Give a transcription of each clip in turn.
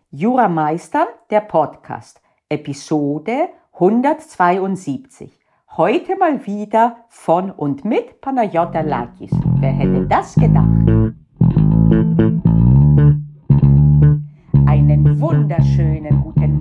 Jurameistern, der Podcast, Episode 172. Heute mal wieder von und mit Panayotalakis. Wer hätte das gedacht? Einen wunderschönen guten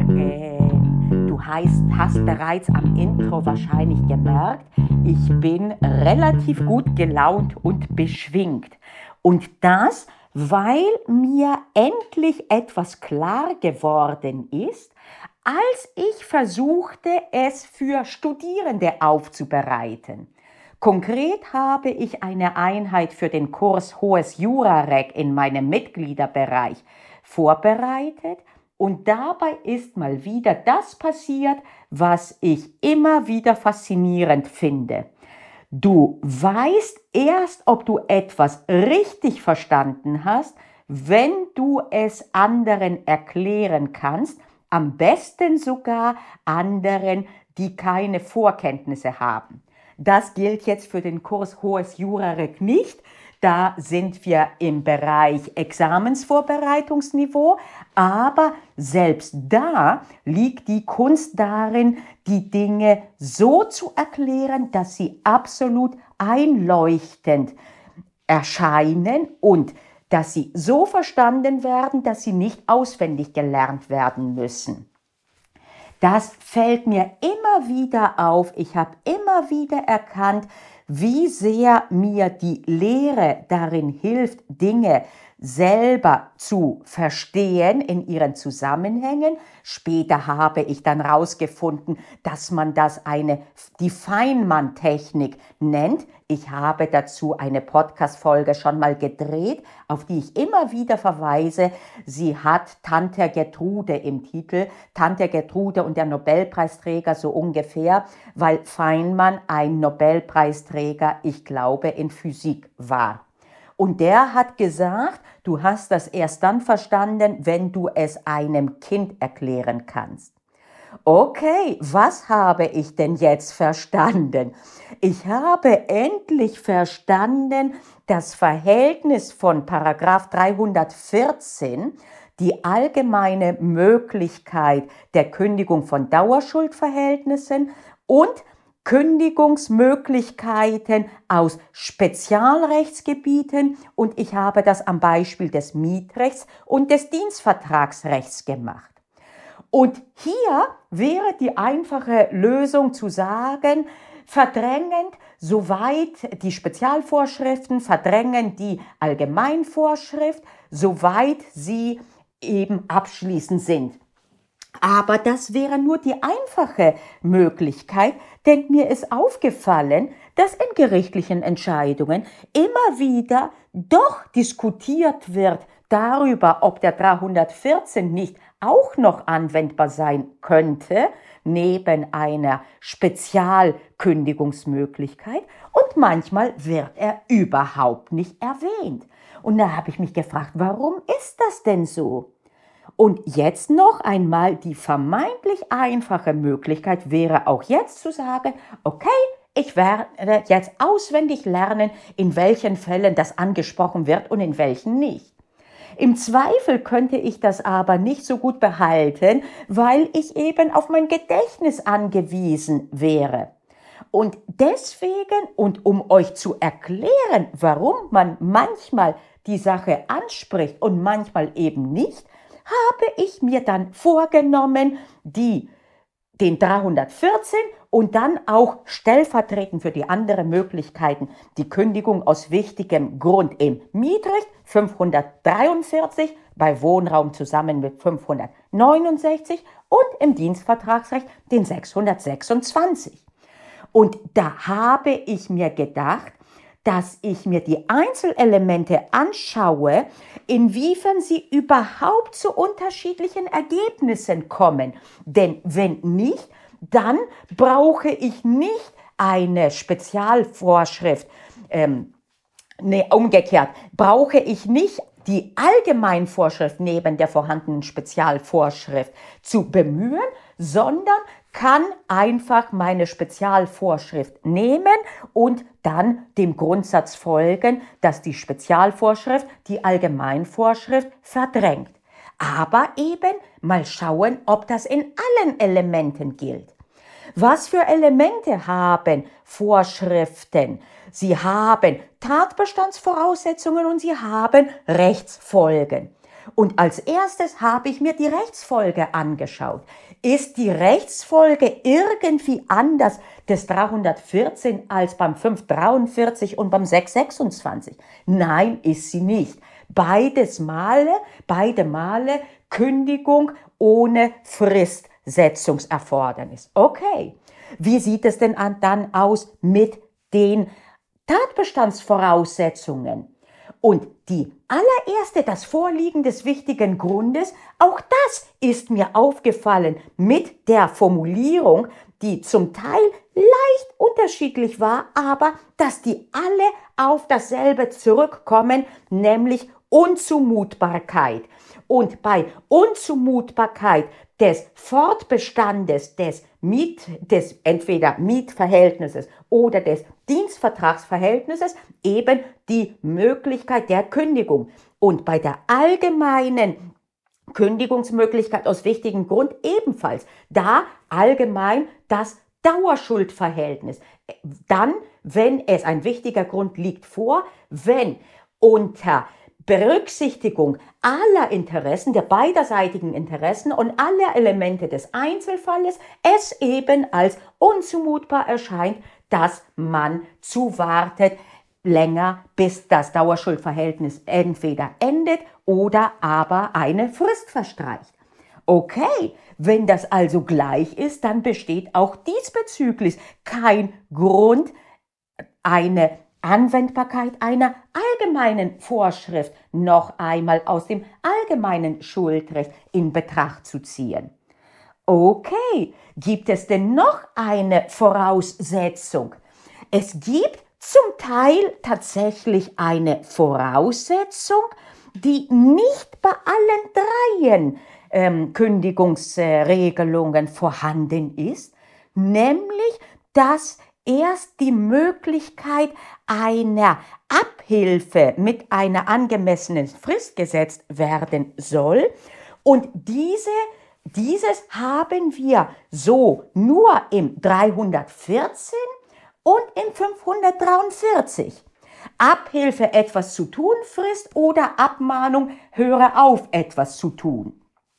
Morgen. Du hast bereits am Intro wahrscheinlich gemerkt, ich bin relativ gut gelaunt und beschwingt. Und das, weil mir endlich etwas klar geworden ist, als ich versuchte, es für Studierende aufzubereiten. Konkret habe ich eine Einheit für den Kurs Hohes Jura-Recht in meinem Mitgliederbereich vorbereitet und dabei ist mal wieder das passiert, was ich immer wieder faszinierend finde. Du weißt erst, ob du etwas richtig verstanden hast, wenn du es anderen erklären kannst, am besten sogar anderen, die keine Vorkenntnisse haben. Das gilt jetzt für den Kurs Hohes Jurarecht nicht. Da sind wir im Bereich Examensvorbereitungsniveau, aber selbst da liegt die Kunst darin, die Dinge so zu erklären, dass sie absolut einleuchtend erscheinen und dass sie so verstanden werden, dass sie nicht auswendig gelernt werden müssen. Das fällt mir immer wieder auf. Ich habe immer wieder erkannt, wie sehr mir die Lehre darin hilft, Dinge selber zu verstehen in ihren Zusammenhängen. Später habe ich dann herausgefunden, dass man das die Feynman-Technik nennt. Ich habe dazu eine Podcast-Folge schon mal gedreht, auf die ich immer wieder verweise. Sie hat Tante Gertrude im Titel, Tante Gertrude und der Nobelpreisträger so ungefähr, weil Feynman ein Nobelpreisträger, ich glaube, in Physik war. Und der hat gesagt, du hast das erst dann verstanden, wenn du es einem Kind erklären kannst. Okay, was habe ich denn jetzt verstanden? Ich habe endlich verstanden, das Verhältnis von Paragraph 314, die allgemeine Möglichkeit der Kündigung von Dauerschuldverhältnissen und Kündigungsmöglichkeiten aus Spezialrechtsgebieten und ich habe das am Beispiel des Mietrechts und des Dienstvertragsrechts gemacht. Und hier wäre die einfache Lösung zu sagen, verdrängend, soweit die Spezialvorschriften, verdrängen die Allgemeinvorschrift, soweit sie eben abschließend sind. Aber das wäre nur die einfache Möglichkeit, denn mir ist aufgefallen, dass in gerichtlichen Entscheidungen immer wieder doch diskutiert wird darüber, ob der 314 nicht auch noch anwendbar sein könnte, neben einer Spezialkündigungsmöglichkeit. Und manchmal wird er überhaupt nicht erwähnt. Und da habe ich mich gefragt, warum ist das denn so? Und jetzt noch einmal die vermeintlich einfache Möglichkeit wäre auch jetzt zu sagen, okay, ich werde jetzt auswendig lernen, in welchen Fällen das angesprochen wird und in welchen nicht. Im Zweifel könnte ich das aber nicht so gut behalten, weil ich eben auf mein Gedächtnis angewiesen wäre. Und deswegen, und um euch zu erklären, warum man manchmal die Sache anspricht und manchmal eben nicht, habe ich mir dann vorgenommen, den 314 und dann auch stellvertretend für die anderen Möglichkeiten die Kündigung aus wichtigem Grund im Mietrecht 543, bei Wohnraum zusammen mit 569 und im Dienstvertragsrecht den 626. Und da habe ich mir gedacht, dass ich mir die Einzelelemente anschaue, inwiefern sie überhaupt zu unterschiedlichen Ergebnissen kommen. Denn wenn nicht, dann brauche ich nicht eine Spezialvorschrift. Umgekehrt, brauche ich nicht die Allgemeinvorschrift neben der vorhandenen Spezialvorschrift zu bemühen, sondern kann einfach meine Spezialvorschrift nehmen und dann dem Grundsatz folgen, dass die Spezialvorschrift die Allgemeinvorschrift verdrängt. Aber eben mal schauen, ob das in allen Elementen gilt. Was für Elemente haben Vorschriften? Sie haben Tatbestandsvoraussetzungen und sie haben Rechtsfolgen. Und als erstes habe ich mir die Rechtsfolge angeschaut. Ist die Rechtsfolge irgendwie anders des 314 als beim 543 und beim 626? Nein, ist sie nicht. Beide Male Kündigung ohne Fristsetzungserfordernis. Okay, wie sieht es denn dann aus mit den Tatbestandsvoraussetzungen? Und die allererste, das Vorliegen des wichtigen Grundes, auch das ist mir aufgefallen mit der Formulierung, die zum Teil leicht unterschiedlich war, aber dass die alle auf dasselbe zurückkommen, nämlich Unzumutbarkeit. Und bei Unzumutbarkeit des Fortbestandes des entweder Mietverhältnisses oder des Dienstvertragsverhältnisses eben die Möglichkeit der Kündigung. Und bei der allgemeinen Kündigungsmöglichkeit aus wichtigem Grund ebenfalls. Da allgemein das Dauerschuldverhältnis. Dann, wenn es ein wichtiger Grund liegt vor, wenn unter Berücksichtigung aller Interessen, der beiderseitigen Interessen und aller Elemente des Einzelfalles es eben als unzumutbar erscheint, dass man zuwartet länger, bis das Dauerschuldverhältnis entweder endet oder aber eine Frist verstreicht. Okay, wenn das also gleich ist, dann besteht auch diesbezüglich kein Grund, eine Anwendbarkeit einer allgemeinen Vorschrift noch einmal aus dem allgemeinen Schuldrecht in Betracht zu ziehen. Okay, gibt es denn noch eine Voraussetzung? Es gibt zum Teil tatsächlich eine Voraussetzung, die nicht bei allen dreien Kündigungsregelungen vorhanden ist, nämlich dass erst die Möglichkeit einer Abhilfe mit einer angemessenen Frist gesetzt werden soll. Und dieses haben wir so nur im 314 und im 543. Abhilfe etwas zu tun, Frist oder Abmahnung, höre auf etwas zu tun.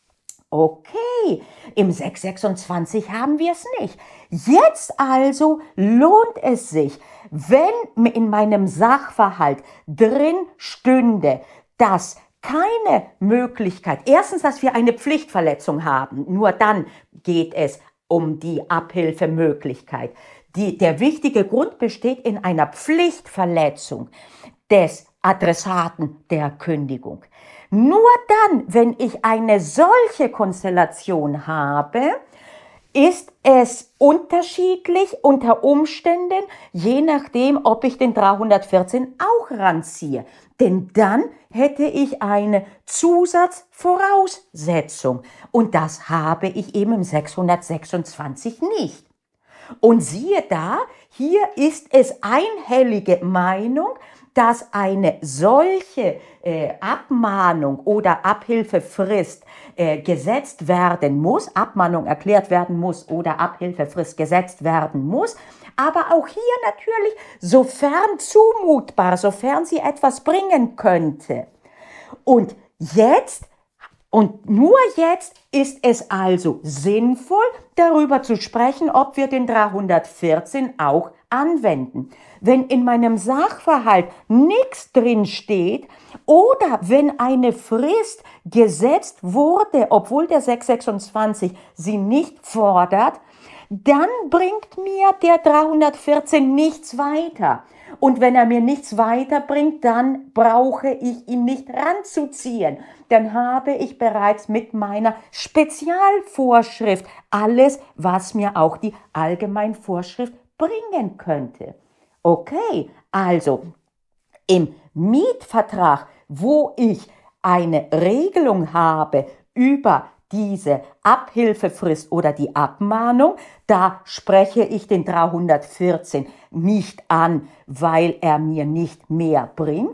Okay, im 626 haben wir es nicht. Jetzt also lohnt es sich, wenn in meinem Sachverhalt drin stünde, dass keine Möglichkeit, erstens, dass wir eine Pflichtverletzung haben, nur dann geht es um die Abhilfemöglichkeit. Der wichtige Grund besteht in einer Pflichtverletzung des Adressaten der Kündigung. Nur dann, wenn ich eine solche Konstellation habe, ist es unterschiedlich unter Umständen, je nachdem, ob ich den 314 auch ranziehe. Denn dann hätte ich eine Zusatzvoraussetzung. Und das habe ich eben im 626 nicht. Und siehe da, hier ist es einhellige Meinung, dass eine solche Abmahnung oder Abhilfefrist gesetzt werden muss, Abmahnung erklärt werden muss oder Abhilfefrist gesetzt werden muss, aber auch hier natürlich, sofern zumutbar, sofern sie etwas bringen könnte. Und nur jetzt ist es also sinnvoll, darüber zu sprechen, ob wir den 314 auch anwenden. Wenn in meinem Sachverhalt nichts drin steht oder wenn eine Frist gesetzt wurde, obwohl der 626 sie nicht fordert, dann bringt mir der 314 nichts weiter. Und wenn er mir nichts weiterbringt, dann brauche ich ihn nicht ranzuziehen. Dann habe ich bereits mit meiner Spezialvorschrift alles, was mir auch die Allgemeinvorschrift bringen könnte. Okay, also im Mietvertrag, wo ich eine Regelung habe über diese Abhilfefrist oder die Abmahnung, da spreche ich den 314 nicht an, weil er mir nicht mehr bringt.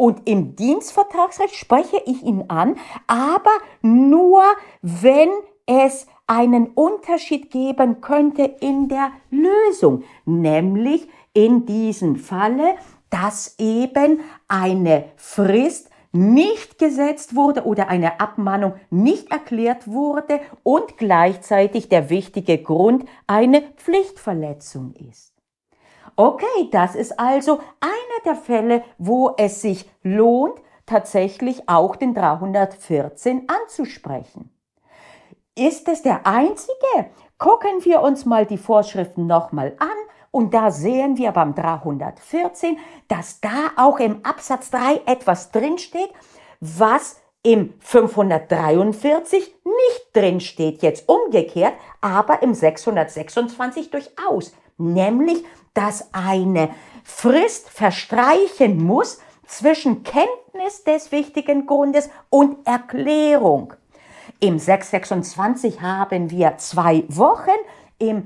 Und im Dienstvertragsrecht spreche ich ihn an, aber nur, wenn es einen Unterschied geben könnte in der Lösung, nämlich in diesem Falle, dass eben eine Frist nicht gesetzt wurde oder eine Abmahnung nicht erklärt wurde und gleichzeitig der wichtige Grund eine Pflichtverletzung ist. Okay, das ist also einer der Fälle, wo es sich lohnt, tatsächlich auch den 314 anzusprechen. Ist es der einzige? Gucken wir uns mal die Vorschriften nochmal an. Und da sehen wir beim 314, dass da auch im Absatz 3 etwas drinsteht, was im 543 nicht drinsteht, jetzt umgekehrt, aber im 626 durchaus. Nämlich, dass eine Frist verstreichen muss zwischen Kenntnis des wichtigen Grundes und Erklärung. Im 626 haben wir 2 Wochen, im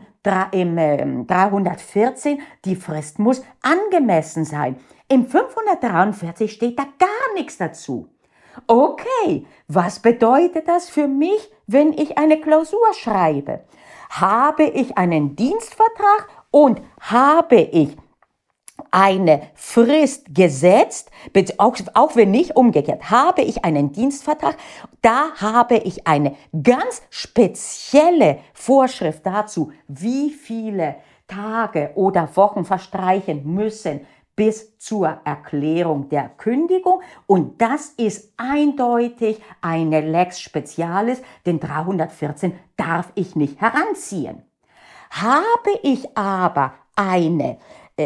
314, die Frist muss angemessen sein. Im 543 steht da gar nichts dazu. Okay, was bedeutet das für mich, wenn ich eine Klausur schreibe? Habe ich einen Dienstvertrag und habe ich eine Frist gesetzt, auch wenn nicht umgekehrt, habe ich einen Dienstvertrag, da habe ich eine ganz spezielle Vorschrift dazu, wie viele Tage oder Wochen verstreichen müssen bis zur Erklärung der Kündigung, und das ist eindeutig eine Lex Specialis, den 314 darf ich nicht heranziehen. Habe ich aber einen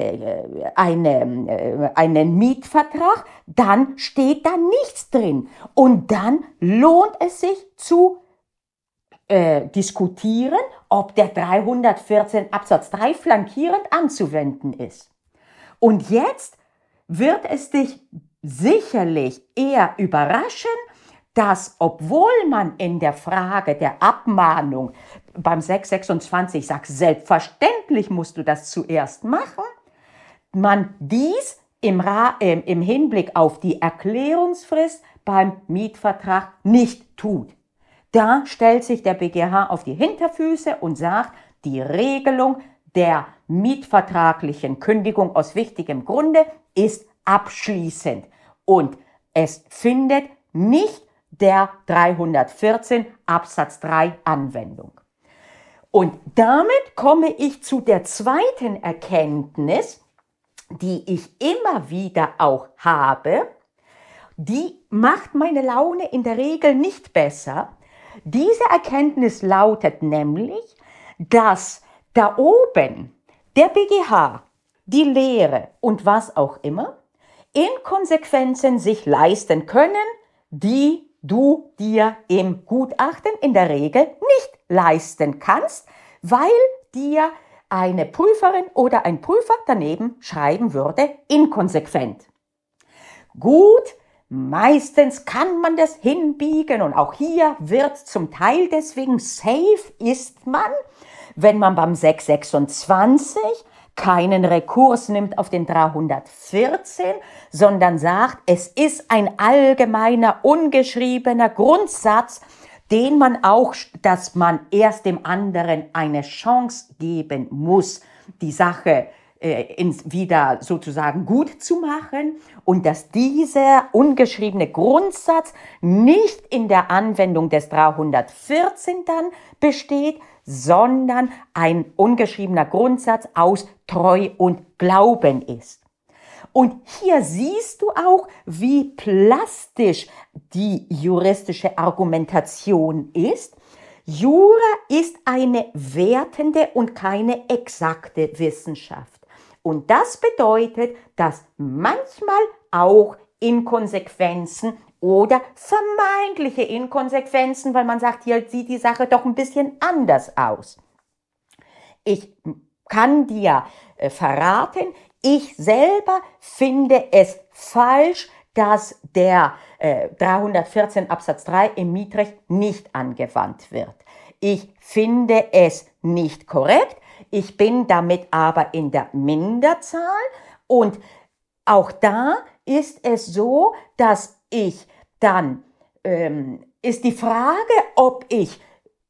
Mietvertrag, dann steht da nichts drin. Und dann lohnt es sich zu diskutieren, ob der 314 Absatz 3 flankierend anzuwenden ist. Und jetzt wird es dich sicherlich eher überraschen, dass, obwohl man in der Frage der Abmahnung beim 626 sagt, selbstverständlich musst du das zuerst machen, man dies im Hinblick auf die Erklärungsfrist beim Mietvertrag nicht tut. Da stellt sich der BGH auf die Hinterfüße und sagt, die Regelung der mietvertraglichen Kündigung aus wichtigem Grunde ist abschließend und es findet nicht der 314 Absatz 3 Anwendung. Und damit komme ich zu der zweiten Erkenntnis, die ich immer wieder auch habe. Die macht meine Laune in der Regel nicht besser. Diese Erkenntnis lautet nämlich, dass da oben der BGH, die Lehre und was auch immer, Inkonsequenzen sich leisten können, die du dir im Gutachten in der Regel nicht leisten kannst, weil dir eine Prüferin oder ein Prüfer daneben schreiben würde, inkonsequent. Gut, meistens kann man das hinbiegen und auch hier wird zum Teil deswegen safe ist man, wenn man beim 626 keinen Rekurs nimmt auf den 314, sondern sagt, es ist ein allgemeiner, ungeschriebener Grundsatz, den man auch, dass man erst dem anderen eine Chance geben muss, die Sache wieder sozusagen gut zu machen, und dass dieser ungeschriebene Grundsatz nicht in der Anwendung des 314 dann besteht, sondern ein ungeschriebener Grundsatz aus Treu und Glauben ist. Und hier siehst du auch, wie plastisch die juristische Argumentation ist. Jura ist eine wertende und keine exakte Wissenschaft. Und das bedeutet, dass manchmal auch Inkonsequenzen oder vermeintliche Inkonsequenzen, weil man sagt, hier sieht die Sache doch ein bisschen anders aus. Ich kann dir verraten, ich selber finde es falsch, dass der 314 Absatz 3 im Mietrecht nicht angewandt wird. Ich finde es nicht korrekt. Ich bin damit aber in der Minderzahl und Auch da ist es so, dass ich dann, ist die Frage, ob ich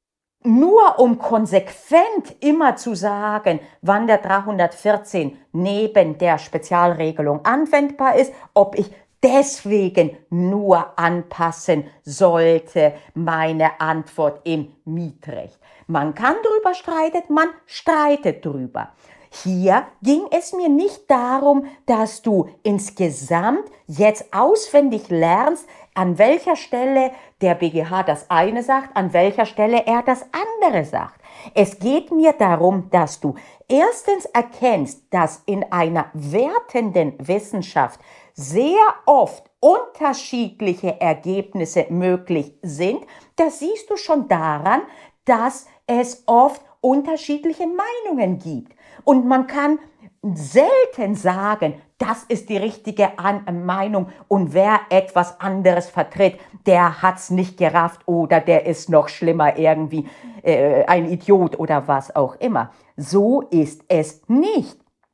nur um konsequent immer zu sagen, wann der 314 neben der Spezialregelung anwendbar ist, ob ich deswegen nur anpassen sollte meine Antwort im Mietrecht. Man kann drüber streiten, man streitet drüber. Hier ging es mir nicht darum, dass du insgesamt jetzt auswendig lernst, an welcher Stelle der BGH das eine sagt, an welcher Stelle er das andere sagt. Es geht mir darum, dass du erstens erkennst, dass in einer wertenden Wissenschaft sehr oft unterschiedliche Ergebnisse möglich sind. Das siehst du schon daran, dass es oft unterschiedliche Meinungen gibt. Und man kann selten sagen, das ist die richtige Meinung und wer etwas anderes vertritt, der hat's nicht gerafft oder der ist noch schlimmer irgendwie ein Idiot oder was auch immer. So ist es nicht.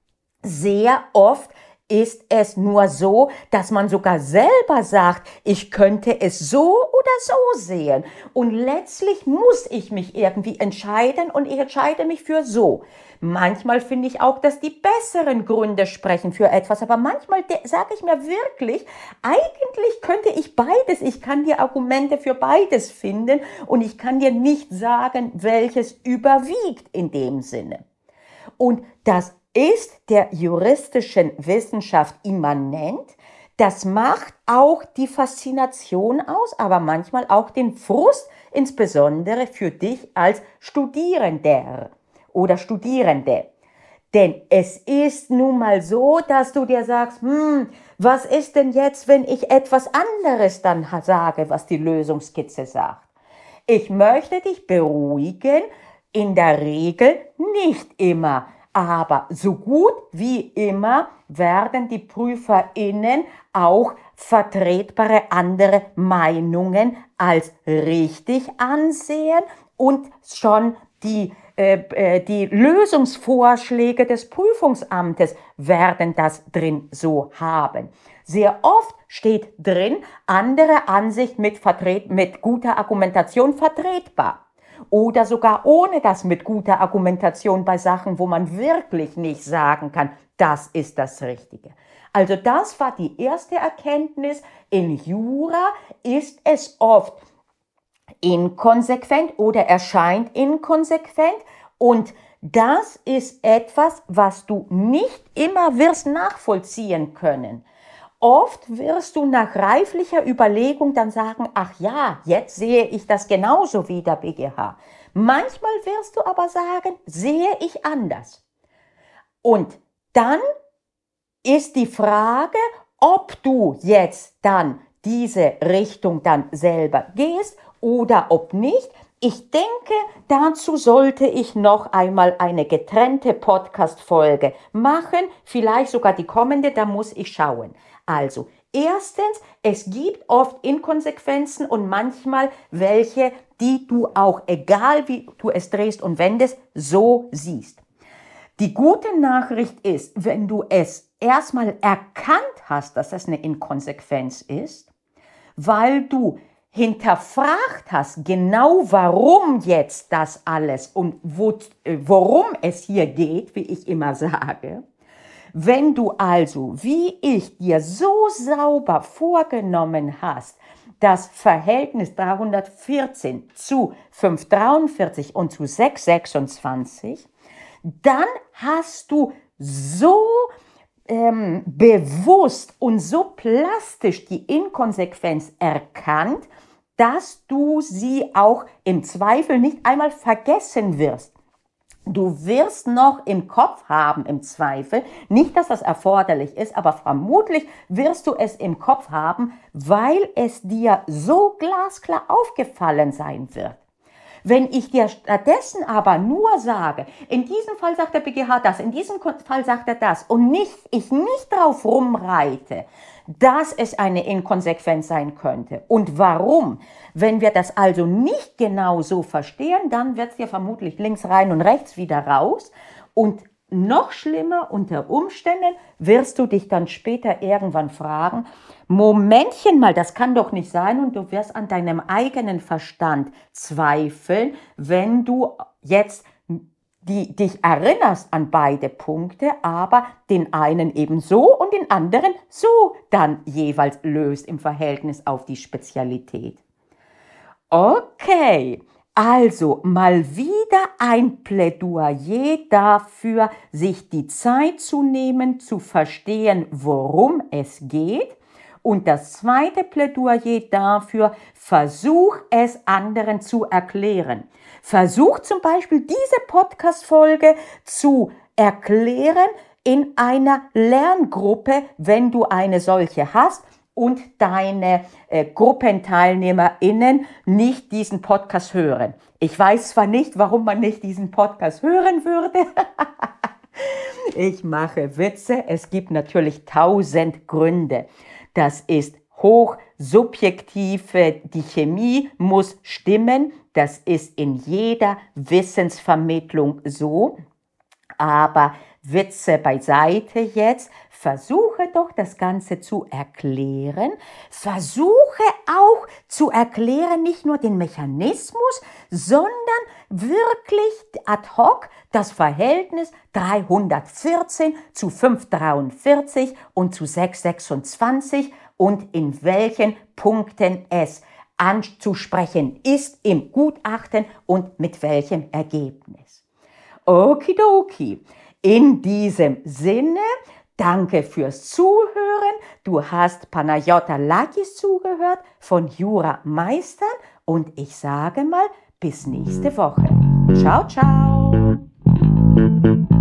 Sehr oft ist es nur so, dass man sogar selber sagt, ich könnte es so oder so sehen. Und letztlich muss ich mich irgendwie entscheiden und ich entscheide mich für so. Manchmal finde ich auch, dass die besseren Gründe sprechen für etwas, aber manchmal sage ich mir wirklich, eigentlich könnte ich beides, ich kann dir Argumente für beides finden und ich kann dir nicht sagen, welches überwiegt in dem Sinne. Und das ist der juristischen Wissenschaft immanent. Das macht auch die Faszination aus, aber manchmal auch den Frust, insbesondere für dich als Studierender oder Studierende. Denn es ist nun mal so, dass du dir sagst, was ist denn jetzt, wenn ich etwas anderes dann sage, was die Lösungskizze sagt? Ich möchte dich beruhigen, in der Regel nicht immer. Aber so gut wie immer werden die PrüferInnen auch vertretbare andere Meinungen als richtig ansehen und schon die Lösungsvorschläge des Prüfungsamtes werden das drin so haben. Sehr oft steht drin, andere Ansicht mit guter Argumentation vertretbar. Oder sogar ohne das mit guter Argumentation bei Sachen, wo man wirklich nicht sagen kann, das ist das Richtige. Also das war die erste Erkenntnis. In Jura ist es oft inkonsequent oder erscheint inkonsequent und das ist etwas, was du nicht immer wirst nachvollziehen können. Oft wirst du nach reiflicher Überlegung dann sagen, ach ja, jetzt sehe ich das genauso wie der BGH. Manchmal wirst du aber sagen, sehe ich anders. Und dann ist die Frage, ob du jetzt dann diese Richtung dann selber gehst oder ob nicht. Ich denke, dazu sollte ich noch einmal eine getrennte Podcast-Folge machen, vielleicht sogar die kommende, da muss ich schauen. Also, erstens, es gibt oft Inkonsequenzen und manchmal welche, die du auch, egal wie du es drehst und wendest, so siehst. Die gute Nachricht ist, wenn du es erstmal erkannt hast, dass das eine Inkonsequenz ist, weil du hinterfragt hast, genau warum jetzt das alles und worum es hier geht, wie ich immer sage. Wenn du also, wie ich dir so sauber vorgenommen hast, das Verhältnis 314 zu 543 und zu 626, dann hast du so bewusst und so plastisch die Inkonsequenz erkannt, dass du sie auch im Zweifel nicht einmal vergessen wirst. Du wirst noch im Kopf haben, im Zweifel, nicht, dass das erforderlich ist, aber vermutlich wirst du es im Kopf haben, weil es dir so glasklar aufgefallen sein wird. Wenn ich dir stattdessen aber nur sage, in diesem Fall sagt der BGH das, in diesem Fall sagt er das und ich nicht drauf rumreite, dass es eine Inkonsequenz sein könnte. Und warum? Wenn wir das also nicht genau so verstehen, dann wird es dir vermutlich links rein und rechts wieder raus. Und noch schlimmer, unter Umständen wirst du dich dann später irgendwann fragen, Momentchen mal, das kann doch nicht sein, und du wirst an deinem eigenen Verstand zweifeln, wenn du jetzt dich erinnerst an beide Punkte, aber den einen eben so und den anderen so dann jeweils löst im Verhältnis auf die Spezialität. Okay, also mal wieder ein Plädoyer dafür, sich die Zeit zu nehmen, zu verstehen, worum es geht. Und das zweite Plädoyer dafür, versuch es anderen zu erklären. Versuch zum Beispiel diese Podcast-Folge zu erklären in einer Lerngruppe, wenn du eine solche hast und deine GruppenteilnehmerInnen nicht diesen Podcast hören. Ich weiß zwar nicht, warum man nicht diesen Podcast hören würde. Ich mache Witze. Es gibt natürlich 1000 Gründe. Das ist hochsubjektiv. Die Chemie muss stimmen. Das ist in jeder Wissensvermittlung so. Aber Witze beiseite jetzt. Versuche doch das Ganze zu erklären. Versuche auch zu erklären, nicht nur den Mechanismus, sondern wirklich ad hoc das Verhältnis 314 zu 543 und zu 626 und in welchen Punkten es anzusprechen ist im Gutachten und mit welchem Ergebnis. Okidoki. In diesem Sinne, danke fürs Zuhören. Du hast Panayota Lakis zugehört von Jura Meistern und ich sage mal bis nächste Woche. Ciao, ciao.